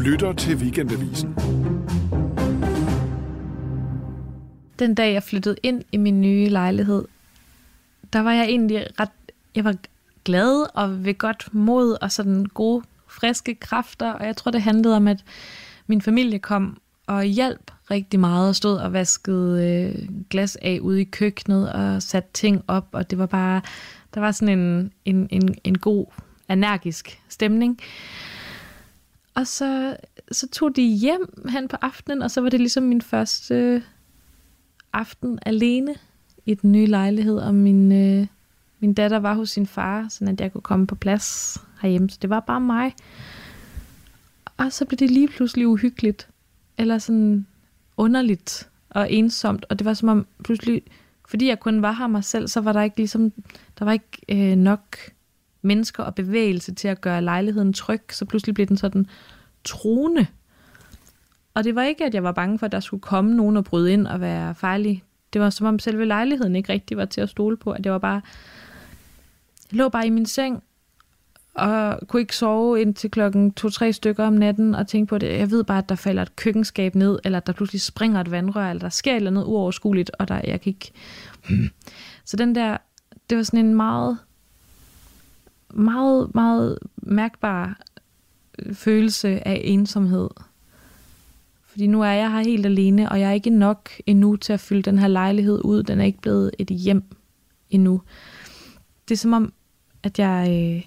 lytter til Weekendavisen. Den dag, jeg flyttede ind i min nye lejlighed, der var jeg egentlig jeg var glad og ved godt mod og sådan gode, friske kræfter. Og jeg tror, det handlede om, at min familie kom og hjalp rigtig meget og stod og vaskede glas af ude i køkkenet og satte ting op. Og det var bare, der var sådan en god, energisk stemning. Og så tog de hjem hen på aftenen, og så var det ligesom min første aften alene i den nye lejlighed, og min datter var hos sin far, så at jeg kunne komme på plads herhjemme. Så det var bare mig. Og så blev det lige pludselig uhyggeligt, eller sådan underligt og ensomt, og det var som om pludselig, fordi jeg kun var her mig selv, så var der ikke nok mennesker og bevægelse til at gøre lejligheden tryg, så pludselig blev den sådan truende. Og det var ikke, at jeg var bange for, at der skulle komme nogen og bryde ind og være farlig. Det var som om selve lejligheden ikke rigtig var til at stole på, at det var bare, jeg lå bare i min seng og kunne ikke sove indtil 2-3 stykker om natten og tænke på det. Jeg ved bare, at der falder et køkkenskab ned, eller at der pludselig springer et vandrør, eller der sker et eller andet uoverskueligt, og jeg kan ikke. Så det var sådan en meget, meget, meget mærkbar følelse af ensomhed. Fordi nu er jeg her helt alene, og jeg er ikke nok endnu til at fylde den her lejlighed ud. Den er ikke blevet et hjem endnu. Det er som om, at jeg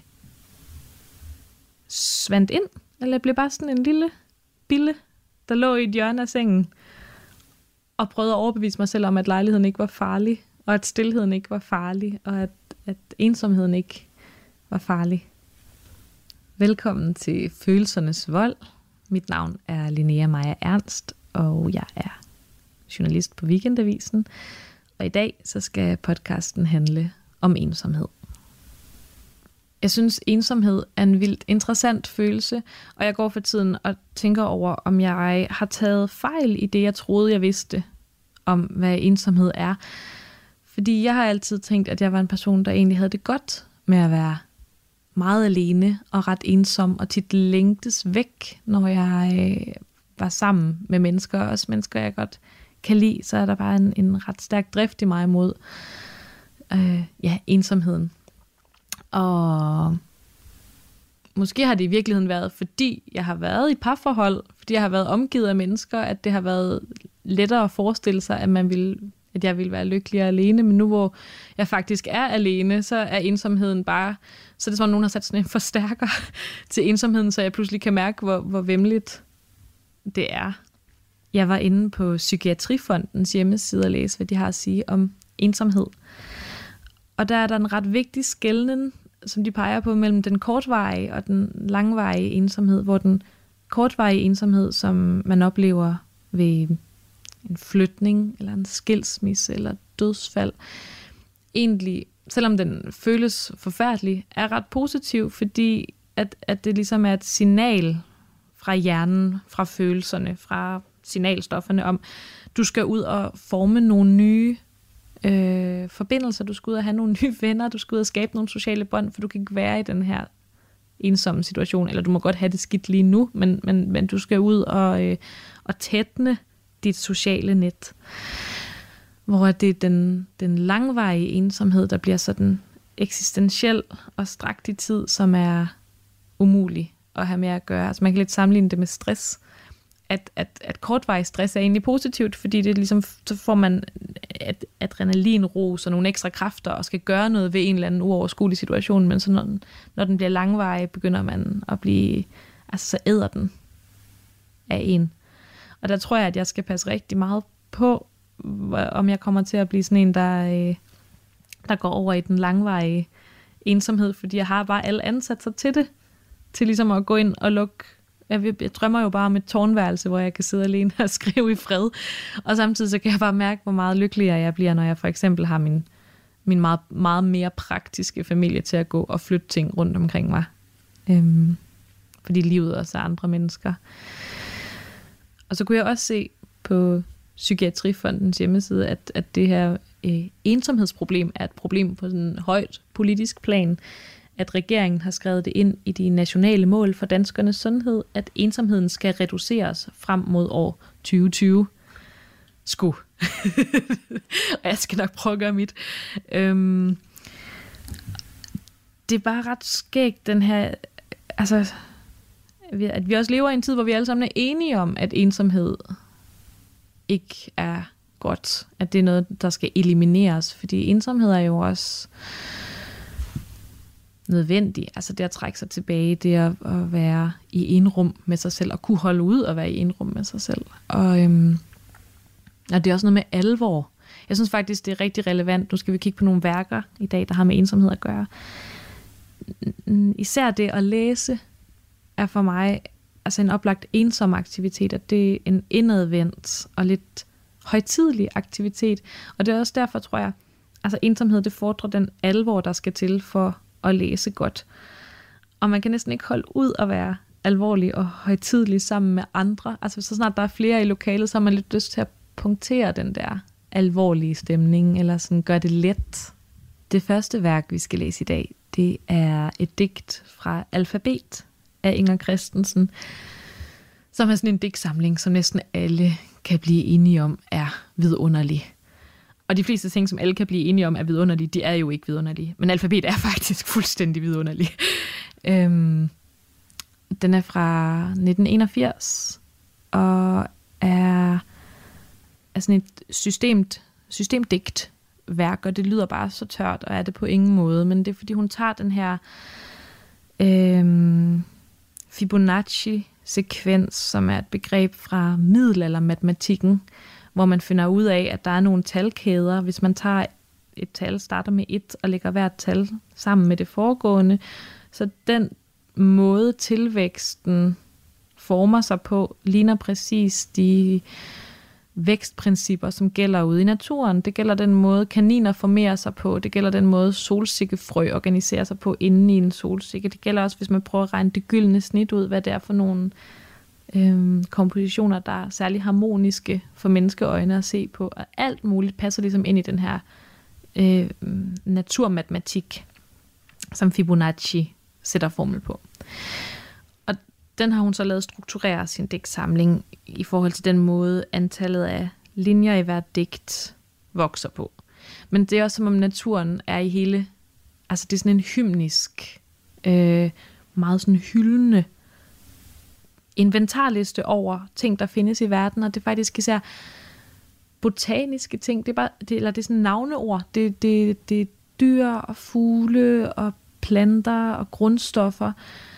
svandt ind, eller jeg blev bare sådan en lille bille, der lå i et hjørne af sengen, og prøvede at overbevise mig selv om, at lejligheden ikke var farlig, og at stilheden ikke var farlig, og at ensomheden ikke var farlig. Velkommen til Følelsernes Vold. Mit navn er Linnea Maja Ernst, og jeg er journalist på Weekendavisen. Og i dag så skal podcasten handle om ensomhed. Jeg synes, ensomhed er en vildt interessant følelse, og jeg går for tiden og tænker over, om jeg har taget fejl i det, jeg troede, jeg vidste om, hvad ensomhed er. Fordi jeg har altid tænkt, at jeg var en person, der egentlig havde det godt med at være meget alene og ret ensom, og tit længtes væk, når jeg var sammen med mennesker, også mennesker, jeg godt kan lide, så er der bare en ret stærk drift i mig imod ensomheden. Og måske har det i virkeligheden været, fordi jeg har været i parforhold, fordi jeg har været omgivet af mennesker, at det har været lettere at forestille sig, at jeg ville være lykkelig og alene, men nu hvor jeg faktisk er alene, så er ensomheden bare, så det er som om nogen har sat sådan en forstærker til ensomheden, så jeg pludselig kan mærke, hvor væmmeligt det er. Jeg var inde på Psykiatrifondens hjemmeside og læse, hvad de har at sige om ensomhed. Og der er der en ret vigtig skelnen, som de peger på, mellem den kortvarige og den langvarige ensomhed, hvor den kortvarige ensomhed, som man oplever ved en flytning, eller en skilsmisse, eller dødsfald, egentlig, selvom den føles forfærdelig, er ret positiv, fordi at det ligesom er et signal fra hjernen, fra følelserne, fra signalstofferne om, du skal ud og forme nogle nye forbindelser, du skal ud og have nogle nye venner, du skal ud og skabe nogle sociale bånd, for du kan ikke være i den her ensomme situation, eller du må godt have det skidt lige nu, men du skal ud og tætne dit sociale net. Hvor det er den langvarige ensomhed, der bliver sådan eksistentiel og strakt i tid, som er umulig at have med at gøre. Altså man kan lidt sammenligne det med stress. At kortvarig stress er egentlig positivt, fordi det ligesom, så får man adrenalinrus og nogle ekstra kræfter og skal gøre noget ved en eller anden uoverskuelig situation, men så når den bliver langvarig, begynder man at blive, altså så æder den af en. Og der tror jeg, at jeg skal passe rigtig meget på, om jeg kommer til at blive sådan en, der går over i den langvarige ensomhed, fordi jeg har bare alle ansatser til det, til ligesom at gå ind og lukke. Jeg drømmer jo bare om et tårnværelse, hvor jeg kan sidde alene og skrive i fred. Og samtidig så kan jeg bare mærke, hvor meget lykkeligere jeg bliver, når jeg for eksempel har min meget, meget mere praktiske familie til at gå og flytte ting rundt omkring mig. Fordi livet også er andre mennesker. Og så kunne jeg også se på Psykiatrifondens hjemmeside, at det her ensomhedsproblem er et problem på sådan en højt politisk plan. at regeringen har skrevet det ind i de nationale mål for danskernes sundhed, at ensomheden skal reduceres frem mod år 2020. Sku. Og jeg skal nok prøve at gøre mit. Det er bare ret skægt, den her... Altså, at vi også lever i en tid, hvor vi alle sammen er enige om, at ensomhed ikke er godt. At det er noget, der skal elimineres. Fordi ensomhed er jo også nødvendig. Altså det at trække sig tilbage, det at være i enrum med sig selv, og kunne holde ud og være i enrum med sig selv. Og det er også noget med alvor. Jeg synes faktisk, det er rigtig relevant. Nu skal vi kigge på nogle værker i dag, der har med ensomhed at gøre. Især det at læse er for mig altså en oplagt ensom aktivitet, at det er en indadvendt og lidt højtidelig aktivitet. Og det er også derfor, tror jeg, altså ensomhed, det fordrer den alvor, der skal til for at læse godt. Og man kan næsten ikke holde ud at være alvorlig og højtidelig sammen med andre. Altså så snart der er flere i lokalet, så har man lidt lyst til at punktere den der alvorlige stemning, eller sådan gøre det let. Det første værk, vi skal læse i dag, det er et digt fra Alfabet af Inger Christensen, som er sådan en digtsamling, som næsten alle kan blive enige om er vidunderlig. Og de fleste ting, som alle kan blive enige om er vidunderlige, de er jo ikke vidunderlige. Men Alfabet er faktisk fuldstændig vidunderlig. Den er fra 1981, og er sådan et systemdigt værk, og det lyder bare så tørt, og er det på ingen måde. Men det er, fordi hun tager den her Fibonacci-sekvens, som er et begreb fra middelaldermatematikken, hvor man finder ud af, at der er nogle talkæder. Hvis man tager et tal, starter med 1 og lægger hvert tal sammen med det foregående, så den måde tilvæksten former sig på, ligner præcis de vækstprincipper, som gælder ude i naturen. Det gælder den måde, kaniner formerer sig på. Det gælder den måde, solsikkefrø organiserer sig på inde i en solsikke. Det gælder også, hvis man prøver at regne det gyldne snit ud, hvad det er for nogle kompositioner, der er særlig harmoniske for menneskeøjne at se på. Og alt muligt passer ligesom ind i den her naturmatematik, som Fibonacci sætter formel på. Og den har hun så lavet strukturere sin digtsamling i forhold til den måde, antallet af linjer i hvert digt vokser på. Men det er også som om naturen er i hele, altså det er sådan en hymnisk, meget sådan hyldende inventarliste over ting, der findes i verden, og det er faktisk især botaniske ting, det er bare, eller det er sådan navneord, det er dyr og fugle og planter og grundstoffer,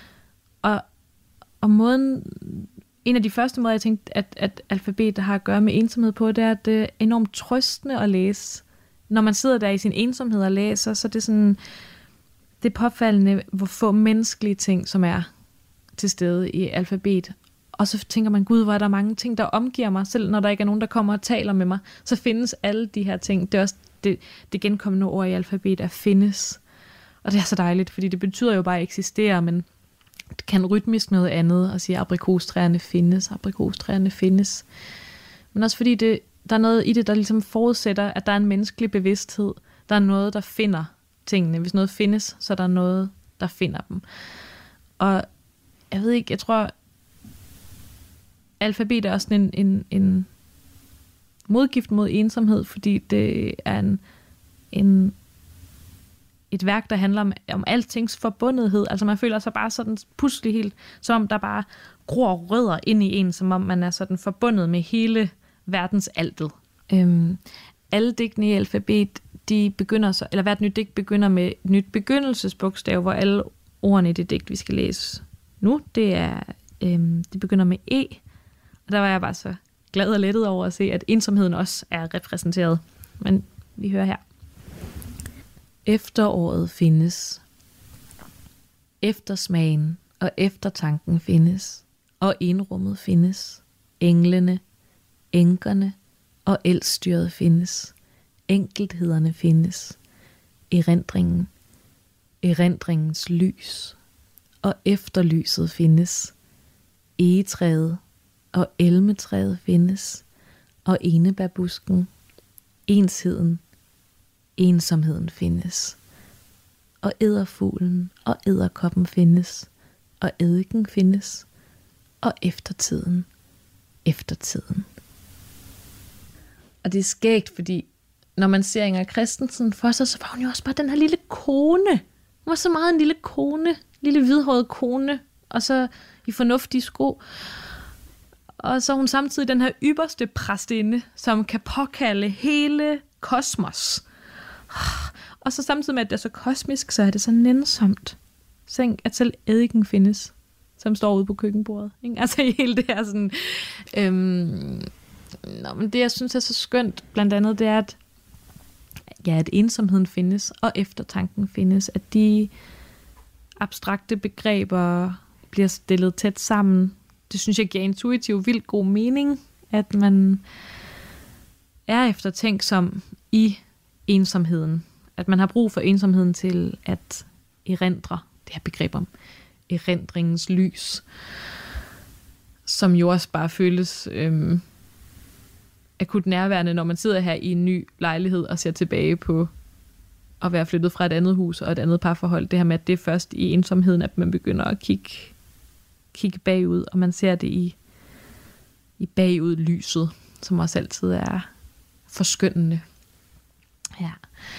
og måden, en af de første måder, jeg tænkte, at alfabet har at gøre med ensomhed på, det er, at det er enormt trøstende at læse. Når man sidder der i sin ensomhed og læser, så er det sådan, det er påfaldende, hvor få menneskelige ting, som er til stede i alfabet. Og så tænker man, gud, hvor er der mange ting, der omgiver mig, selv når der ikke er nogen, der kommer og taler med mig, så findes alle de her ting. Det er også det genkommende ord i alfabet er findes. Og det er så dejligt, fordi det betyder jo bare at eksistere, men det kan rytmisk noget andet og sige, aprikostræerne findes. Men også fordi der er noget i det, der ligesom forudsætter, at der er en menneskelig bevidsthed. Der er noget, der finder tingene. Hvis noget findes, så er der noget, der finder dem. Og jeg ved ikke, jeg tror, alfabet er også en modgift mod ensomhed, fordi det er et værk, der handler om altings forbundethed. Altså man føler sig bare sådan pludselig helt, som om der bare gror rødder ind i en, som om man er sådan forbundet med hele verdens altet. Alle digtene i alfabet, de begynder så, eller hvert nyt digt begynder med et nyt begyndelsesbogstav, hvor alle ordene i det digt, vi skal læse nu, det begynder med E. Og der var jeg bare så glad og lettet over at se, at ensomheden også er repræsenteret. Men vi hører her. Efteråret findes. Eftersmagen og eftertanken findes. Og enrummet findes. Englene, enkerne og elstyret findes. Enkelthederne findes. Erindringens lys. Og efterlyset findes. Egetræet og elmetræet findes. Og enebærbusken. Ensomheden findes. og edderfuglen og edderkoppen findes, og eddiken findes, og eftertiden. Og det er skægt, fordi når man ser Inger Christensen for sig, så var hun jo også bare den her lille kone. Hun var så meget en lille kone, lille hvidhåret kone, og så i fornuftige sko. Og så er hun samtidig den her ypperste præstinde, som kan påkalde hele kosmos. Og så samtidig med, at det er så kosmisk, så er det så nænsomt. Tænk, at selv eddiken findes, som står ude på køkkenbordet. Ikke? Altså i hele det her sådan... men det, jeg synes er så skønt, blandt andet, det er, at ensomheden findes, og eftertanken findes. At de abstrakte begreber bliver stillet tæt sammen. Det synes jeg giver intuitivt vildt god mening, at man er eftertænksom i ensomheden. At man har brug for ensomheden til at erindre det her begreb om erindringens lys, som jo også bare føles akut nærværende, når man sidder her i en ny lejlighed og ser tilbage på at være flyttet fra et andet hus og et andet parforhold. Det her med, at det er først i ensomheden, at man begynder at kigge bagud, og man ser det i bagudlyset, som også altid er forskønnende. Ja.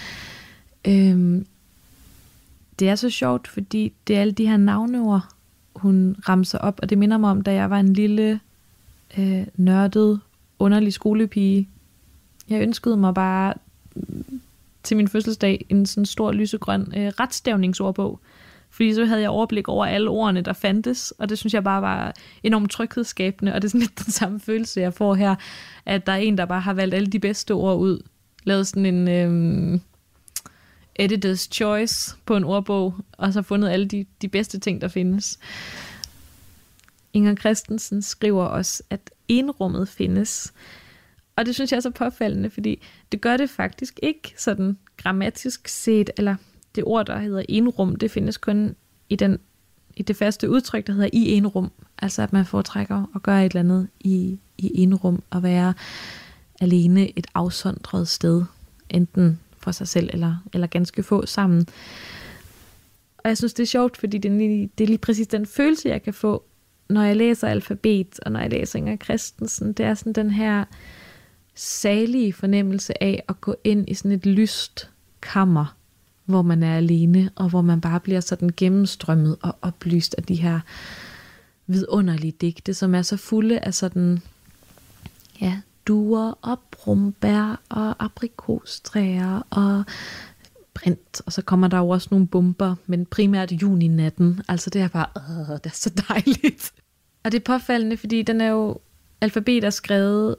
Det er så sjovt, fordi det er alle de her navneord, hun ramser op, og det minder mig om, da jeg var en lille nørdet, underlig skolepige. Jeg ønskede mig bare til min fødselsdag en sådan stor lysegrøn retstavningsordbog, fordi så havde jeg overblik over alle ordene, der fandtes, og det synes jeg bare var enormt tryghedsskabende, og det er sådan lidt den samme følelse, jeg får her, at der er en, der bare har valgt alle de bedste ord ud, lavet sådan en editor's choice på en ordbog, og så fundet alle de bedste ting, der findes. Inger Christensen skriver også, at enrummet findes. Og det synes jeg er så påfaldende, fordi det gør det faktisk ikke sådan grammatisk set, eller det ord, der hedder enrum, det findes kun i det faste udtryk, der hedder i enrum. Altså at man foretrækker at gøre et eller andet i enrum, og være alene et afsondret sted, enten for sig selv eller ganske få sammen. Og jeg synes, det er sjovt, fordi det er lige præcis den følelse, jeg kan få, når jeg læser alfabet, og når jeg læser Inger Christensen. Det er sådan den her salige fornemmelse af at gå ind i sådan et lyst kammer, hvor man er alene, og hvor man bare bliver sådan gennemstrømmet og oplyst af de her vidunderlige digte, som er så fulde af sådan, ja, duer og brumbær og aprikostræer og brint, og så kommer der jo også nogle bomber, men primært juninatten. Altså det er bare, det er så dejligt. Og det er påfaldende, fordi den er jo, alfabet er skrevet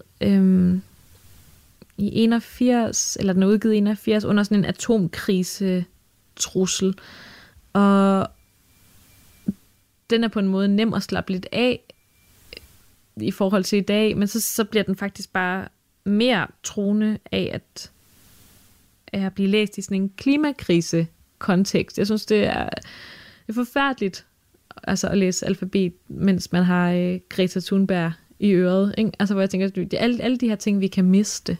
i 81, eller den er udgivet i 81, under sådan en atomkrisetrussel. Og den er på en måde nem at slappe lidt af i forhold til i dag, men så bliver den faktisk bare mere truende af at blive læst i sådan en klimakrise-kontekst. Jeg synes, det er forfærdeligt altså at læse alfabet, mens man har Greta Thunberg i øret. Ikke? Altså, hvor jeg tænker, det er alle de her ting, vi kan miste.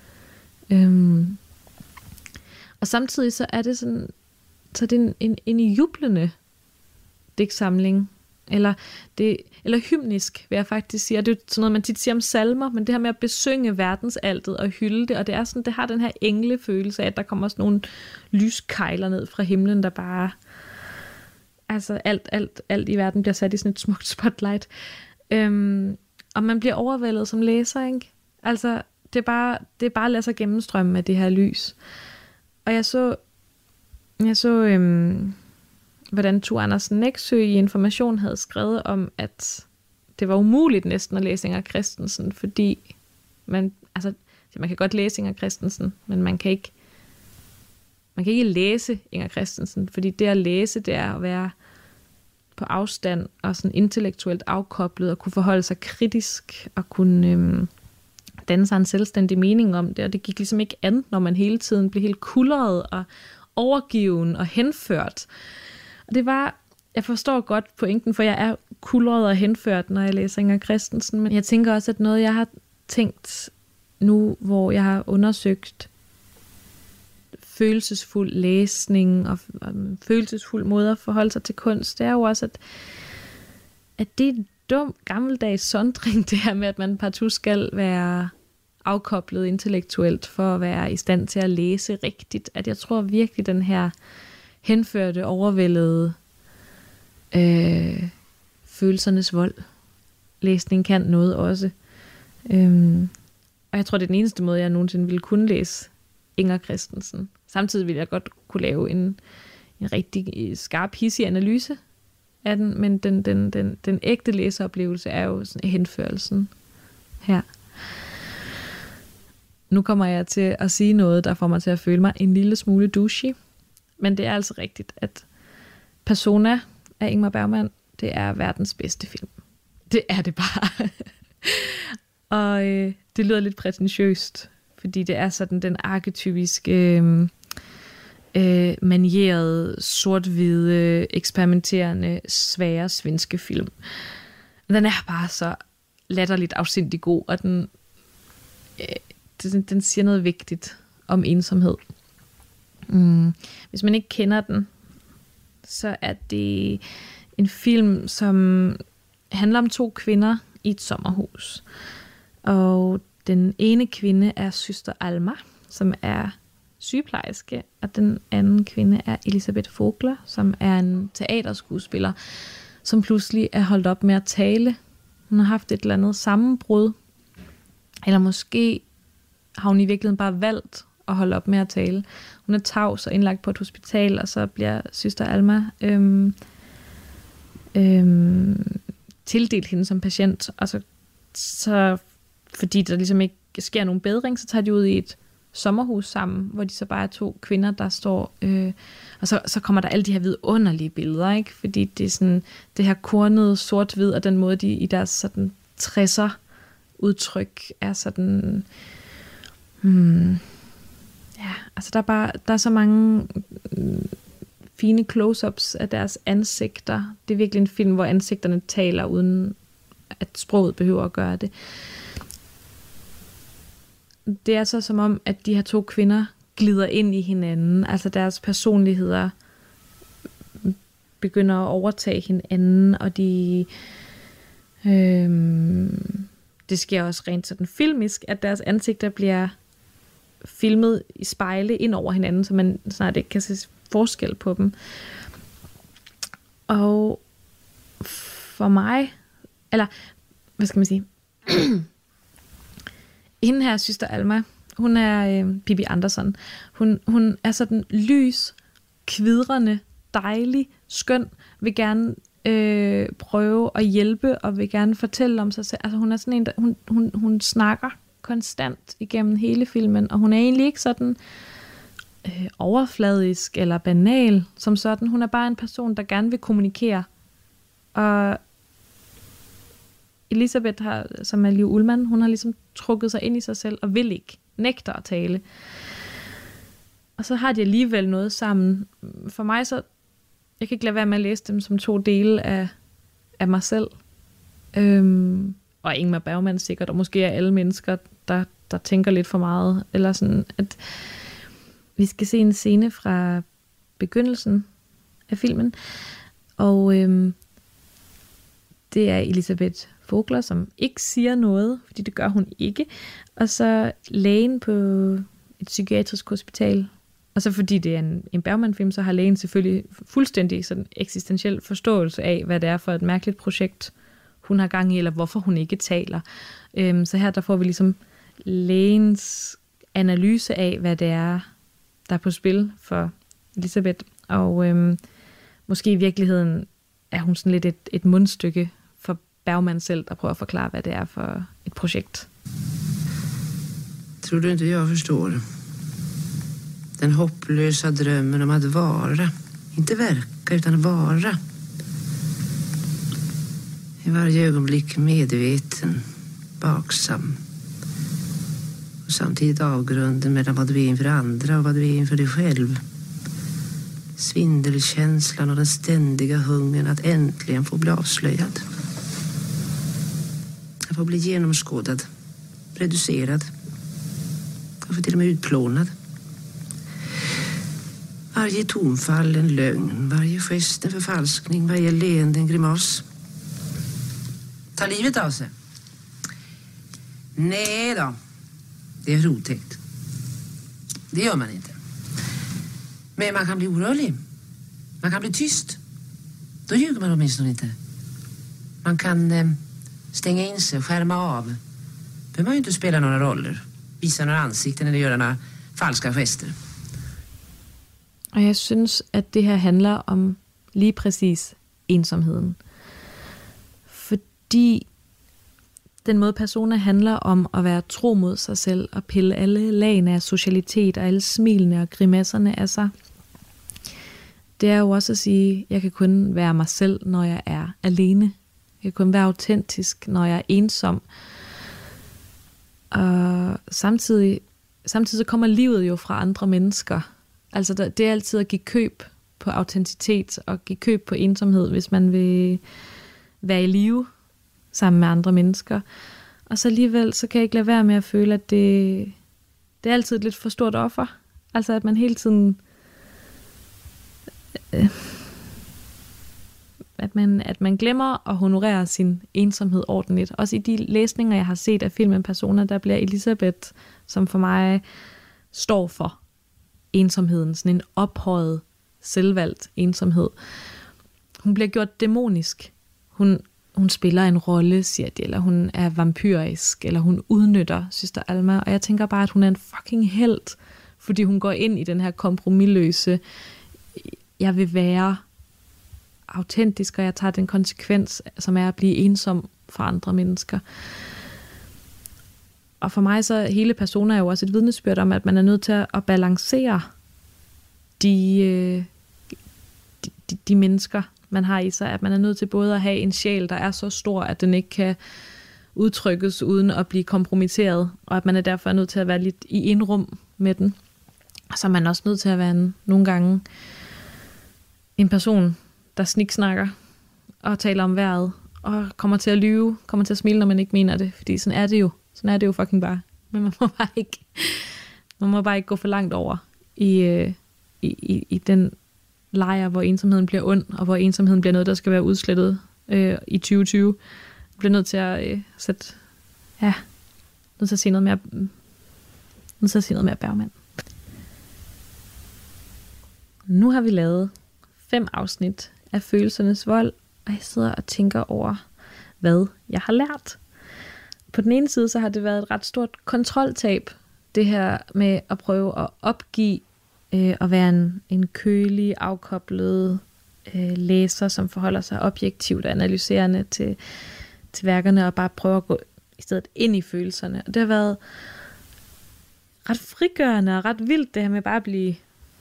Og samtidig så er det sådan, så det er en jublende digtsamling, eller hymnisk, vil jeg faktisk sige. Og det er sådan noget, man tit siger om salmer, men det her med at besynge verdensaltet og hylde det, og det er sådan, det har den her englefølelse af, at der kommer sådan nogle lyskejler ned fra himlen, der bare, altså alt i verden bliver sat i sådan et smukt spotlight. Og man bliver overvældet som læser, ikke? Altså, det er bare at lade sig gennemstrømme med det her lys. Og jeg så hvordan Tue Andersen Nexø i Information havde skrevet om, at det var umuligt næsten at læse Inger Christensen, fordi man kan godt læse Inger Christensen, men man kan ikke læse Inger Christensen, fordi det at læse, det er at være på afstand og sådan intellektuelt afkoblet og kunne forholde sig kritisk og kunne danne sig en selvstændig mening om det, og det gik ligesom ikke an, når man hele tiden blev helt kuldret og overgiven og henført. Og det var, jeg forstår godt pointen, for jeg er kuldret og henført, når jeg læser Inger Christensen, men jeg tænker også, at noget, jeg har tænkt nu, hvor jeg har undersøgt følelsesfuld læsning og en følelsesfuld måde at forholde sig til kunst, det er jo også, at det er en dum, gammeldags sondring, det her med, at man partout skal være afkoblet intellektuelt for at være i stand til at læse rigtigt. At jeg tror virkelig, den her henførte, overvældede følelsernes vold læsning kan noget også. Og jeg tror, det er den eneste måde, jeg nogensinde ville kunne læse Inger Christensen. Samtidig ville jeg godt kunne lave en rigtig skarp, hissig analyse af den, men den ægte læseoplevelse er jo sådan henførelsen her. Nu kommer jeg til at sige noget, der får mig til at føle mig en lille smule douchey, men det er altså rigtigt, at Persona af Ingmar Bergman, det er verdens bedste film. Det er det bare. Og det lyder lidt prætentiøst, fordi det er sådan den arketypiske, manierede, sort-hvide, eksperimenterende, svære svenske film. Den er bare så latterligt afsindig god, og den siger noget vigtigt om ensomhed. Hvis man ikke kender den, så er det en film, som handler om 2 kvinder i et sommerhus. Og den ene kvinde er søster Alma, som er sygeplejerske, og den anden kvinde er Elisabeth Vogler, som er en teaterskuespiller, som pludselig er holdt op med at tale. Hun har haft et eller andet sammenbrud, eller måske har hun i virkeligheden bare valgt at holde op med at tale. Hun er tavs og indlagt på et hospital, og så bliver søster Alma tildelt hende som patient, og så fordi der ligesom ikke sker nogen bedring, så tager de ud i et sommerhus sammen, hvor de så bare er 2 kvinder, der står, og så kommer der alle de her vidunderlige billeder, ikke? Fordi det er sådan, det her kornede sort-hvid, og den måde, de i deres sådan 60'er udtryk er sådan, ja, altså der er så mange fine close-ups af deres ansigter. Det er virkelig en film, hvor ansigterne taler, uden at sproget behøver at gøre det. Det er så som om, at de her 2 kvinder glider ind i hinanden. Altså deres personligheder begynder at overtage hinanden, og det sker også rent sådan filmisk, at deres ansigter bliver filmet i spejle ind over hinanden, så man snart ikke kan se forskel på dem. Og for mig, eller hvad skal man sige, hende her søster Alma, hun er Bibi Andersson. Hun er sådan lys, kvidrende, dejlig, skøn, vil gerne prøve at hjælpe, og vil gerne fortælle om sig selv. Altså hun er sådan en, der, hun snakker konstant igennem hele filmen, og hun er egentlig ikke sådan overfladisk eller banal som sådan. Hun er bare en person, der gerne vil kommunikere. Og Elisabeth har, som er Liv Ullmann, hun har ligesom trukket sig ind i sig selv og vil ikke, nægter at tale. Og så har de alligevel noget sammen. For mig så, jeg kan ikke lade være med at læse dem som 2 dele af mig selv. Og Ingmar Bergman sikkert, og måske er alle mennesker, der tænker lidt for meget. Eller sådan, at vi skal se en scene fra begyndelsen af filmen. Og det er Elisabeth Vogler, som ikke siger noget, fordi det gør hun ikke. Og så lægen på et psykiatrisk hospital. Og så fordi det er en Bergman-film, så har lægen selvfølgelig fuldstændig sådan eksistentiel forståelse af, hvad det er for et mærkeligt projekt, hun har gang i, eller hvorfor hun ikke taler. Så her der får vi ligesom lægens analyse af, hvad det er, der er på spil for Elisabeth. Og måske i virkeligheden er hun sådan lidt et mundstykke for Bergman selv, der prøver at forklare, hvad det er for et projekt. Tror du inte jag förstår? Den hopplösa drömmen om att vara. Inte verka, utan vara. I varje ögonblick medveten, vaksam. Och samtidigt avgrunden mellan vad du är inför andra och vad du är inför dig själv. Svindelkänslan och den ständiga hungern att äntligen få bli avslöjad. Att få bli genomskådad, reducerad och få till och med utplånad. Varje tonfall en lögn, varje gest en förfalskning, varje leende en grimas. Ta livet av sig? Nej då, det är för otäckt. Det gör man inte. Men man kan bli orolig. Man kan bli tyst. Då ljuger man åtminstone inte. Man kan stänga in sig, skärma av. Behöver man ju inte spela några roller, visa några ansikten eller göra några falska gester. Og jeg synes, at det her handler om lige præcis ensomheden. Fordi den måde Persona handler om at være tro mod sig selv og pille alle lagene af socialitet og alle smilene og grimasserne af sig. Det er jo også at sige, at jeg kan kun være mig selv, når jeg er alene. Jeg kan kun være autentisk, når jeg er ensom. Og samtidig så kommer livet jo fra andre mennesker. Altså det er altid at give køb på autenticitet og give køb på ensomhed, hvis man vil være i live sammen med andre mennesker. Og så alligevel, så kan jeg ikke lade være med at føle, at det er altid et lidt for stort offer. Altså at man hele tiden at man glemmer at honorere sin ensomhed ordentligt. Også i de læsninger, jeg har set af filmen Persona, der bliver Elisabeth, som for mig står for ensomheden, sådan en ophøjet, selvvalgt ensomhed. Hun bliver gjort dæmonisk. Hun spiller en rolle, siger de, eller hun er vampyrisk, eller hun udnytter Søster Alma, og jeg tænker bare, at hun er en fucking helt, fordi hun går ind i den her kompromisløse, jeg vil være autentisk, og jeg tager den konsekvens, som er at blive ensom for andre mennesker. Og for mig så hele Persona er jo også et vidnesbyrd om, at man er nødt til at balancere de mennesker, man har i sig. At man er nødt til både at have en sjæl, der er så stor, at den ikke kan udtrykkes uden at blive kompromitteret, og at man er derfor nødt til at være lidt i indrum med den. Og så er man også nødt til at være nogle gange en person, der sniksnakker og taler om vejret, og kommer til at lyve, kommer til at smile, når man ikke mener det, fordi sådan er det jo. Sådan er det jo fucking bare. Men man må bare ikke gå for langt over i den lejr, hvor ensomheden bliver ond, og hvor ensomheden bliver noget, der skal være udslettet i 2020. Man bliver nødt til at nødt til at sige noget mere Bergman. Nu har vi lavet 5 afsnit af Følelsernes Vold, og jeg sidder og tænker over, hvad jeg har lært. På den ene side, så har det været et ret stort kontroltab, det her med at prøve at opgive at være en kølig, afkoblet læser, som forholder sig objektivt og analyserende til værkerne, og bare prøve at gå i stedet ind i følelserne. Og det har været ret frigørende og ret vildt, det her med bare at blive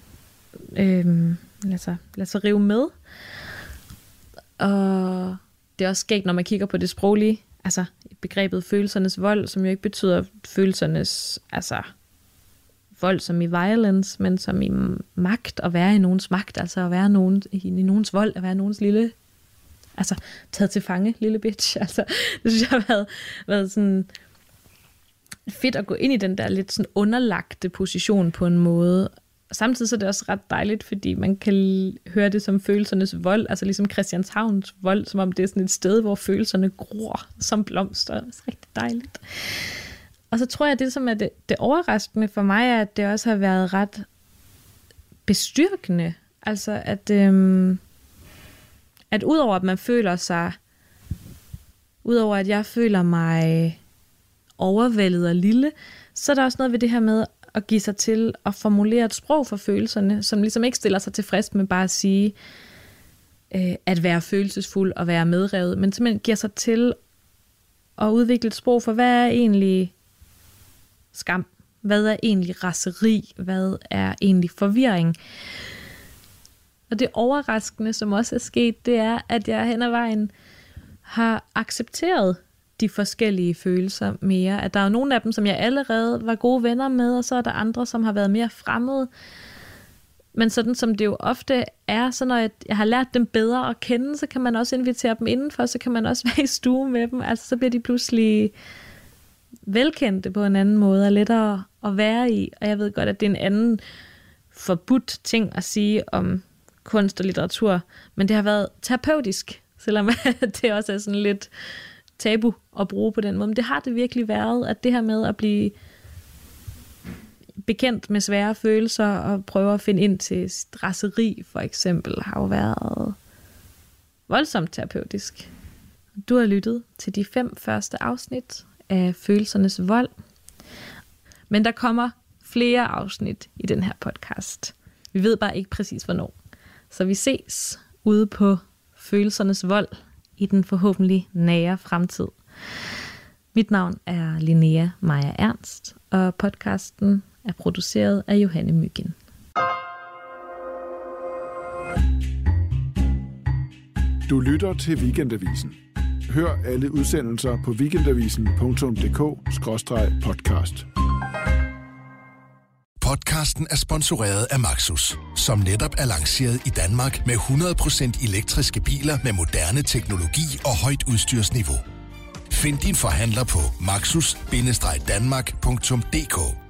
lad sig rive med. Og det er også skægt, når man kigger på det sproglige, altså begrebet følelsernes vold, som jo ikke betyder følelsernes, altså vold som i violence, men som i magt, at være i nogens magt, altså at være i nogens vold, at være nogens lille, altså taget til fange, lille bitch. Altså, det synes jeg har været sådan fedt at gå ind i den der lidt sådan underlagte position på en måde. Og samtidig så er det også ret dejligt, fordi man kan høre det som følelsernes vold, altså ligesom Christianshavns vold, som om det er sådan et sted, hvor følelserne gror som blomster. Det er rigtig dejligt. Og så tror jeg, at det, som er det overraskende for mig, er, at det også har været ret bestyrkende. Altså, at udover at man føler sig, udover at jeg føler mig overvældet og lille, så er der også noget ved det her med at give sig til at formulere et sprog for følelserne, som ligesom ikke stiller sig tilfreds med bare at sige, at være følelsesfuld og være medrevet, men simpelthen giver sig til at udvikle et sprog for, hvad er egentlig skam? Hvad er egentlig raseri? Hvad er egentlig forvirring? Og det overraskende, som også er sket, det er, at jeg hen ad vejen har accepteret de forskellige følelser mere. At der er nogle af dem, som jeg allerede var gode venner med, og så er der andre, som har været mere fremmede. Men sådan som det jo ofte er, så når jeg har lært dem bedre at kende, så kan man også invitere dem indenfor, så kan man også være i stue med dem. Altså så bliver de pludselig velkendte på en anden måde, og lettere at være i. Og jeg ved godt, at det er en anden forbudt ting at sige om kunst og litteratur, men det har været terapeutisk, selvom det også er sådan lidt tabu at bruge på den måde. Men det har det virkelig været, at det her med at blive bekendt med svære følelser og prøve at finde ind til stresseri for eksempel, har jo været voldsomt terapeutisk. Du har lyttet til de 5 første afsnit af Følelsernes Vold, men der kommer flere afsnit i den her podcast. Vi ved bare ikke præcis hvornår. Så vi ses ude på Følelsernes Vold i den forhåbentlig nære fremtid. Mit navn er Linnea Maja Ernst, og podcasten er produceret af Johanne Myggen. Du lytter til Weekendavisen. Hør alle udsendelser på weekendavisen.dk/podcast. Podcasten er sponsoreret af Maxus, som netop er lanceret i Danmark med 100% elektriske biler med moderne teknologi og højt udstyrsniveau. Find din forhandler på maxus-danmark.dk.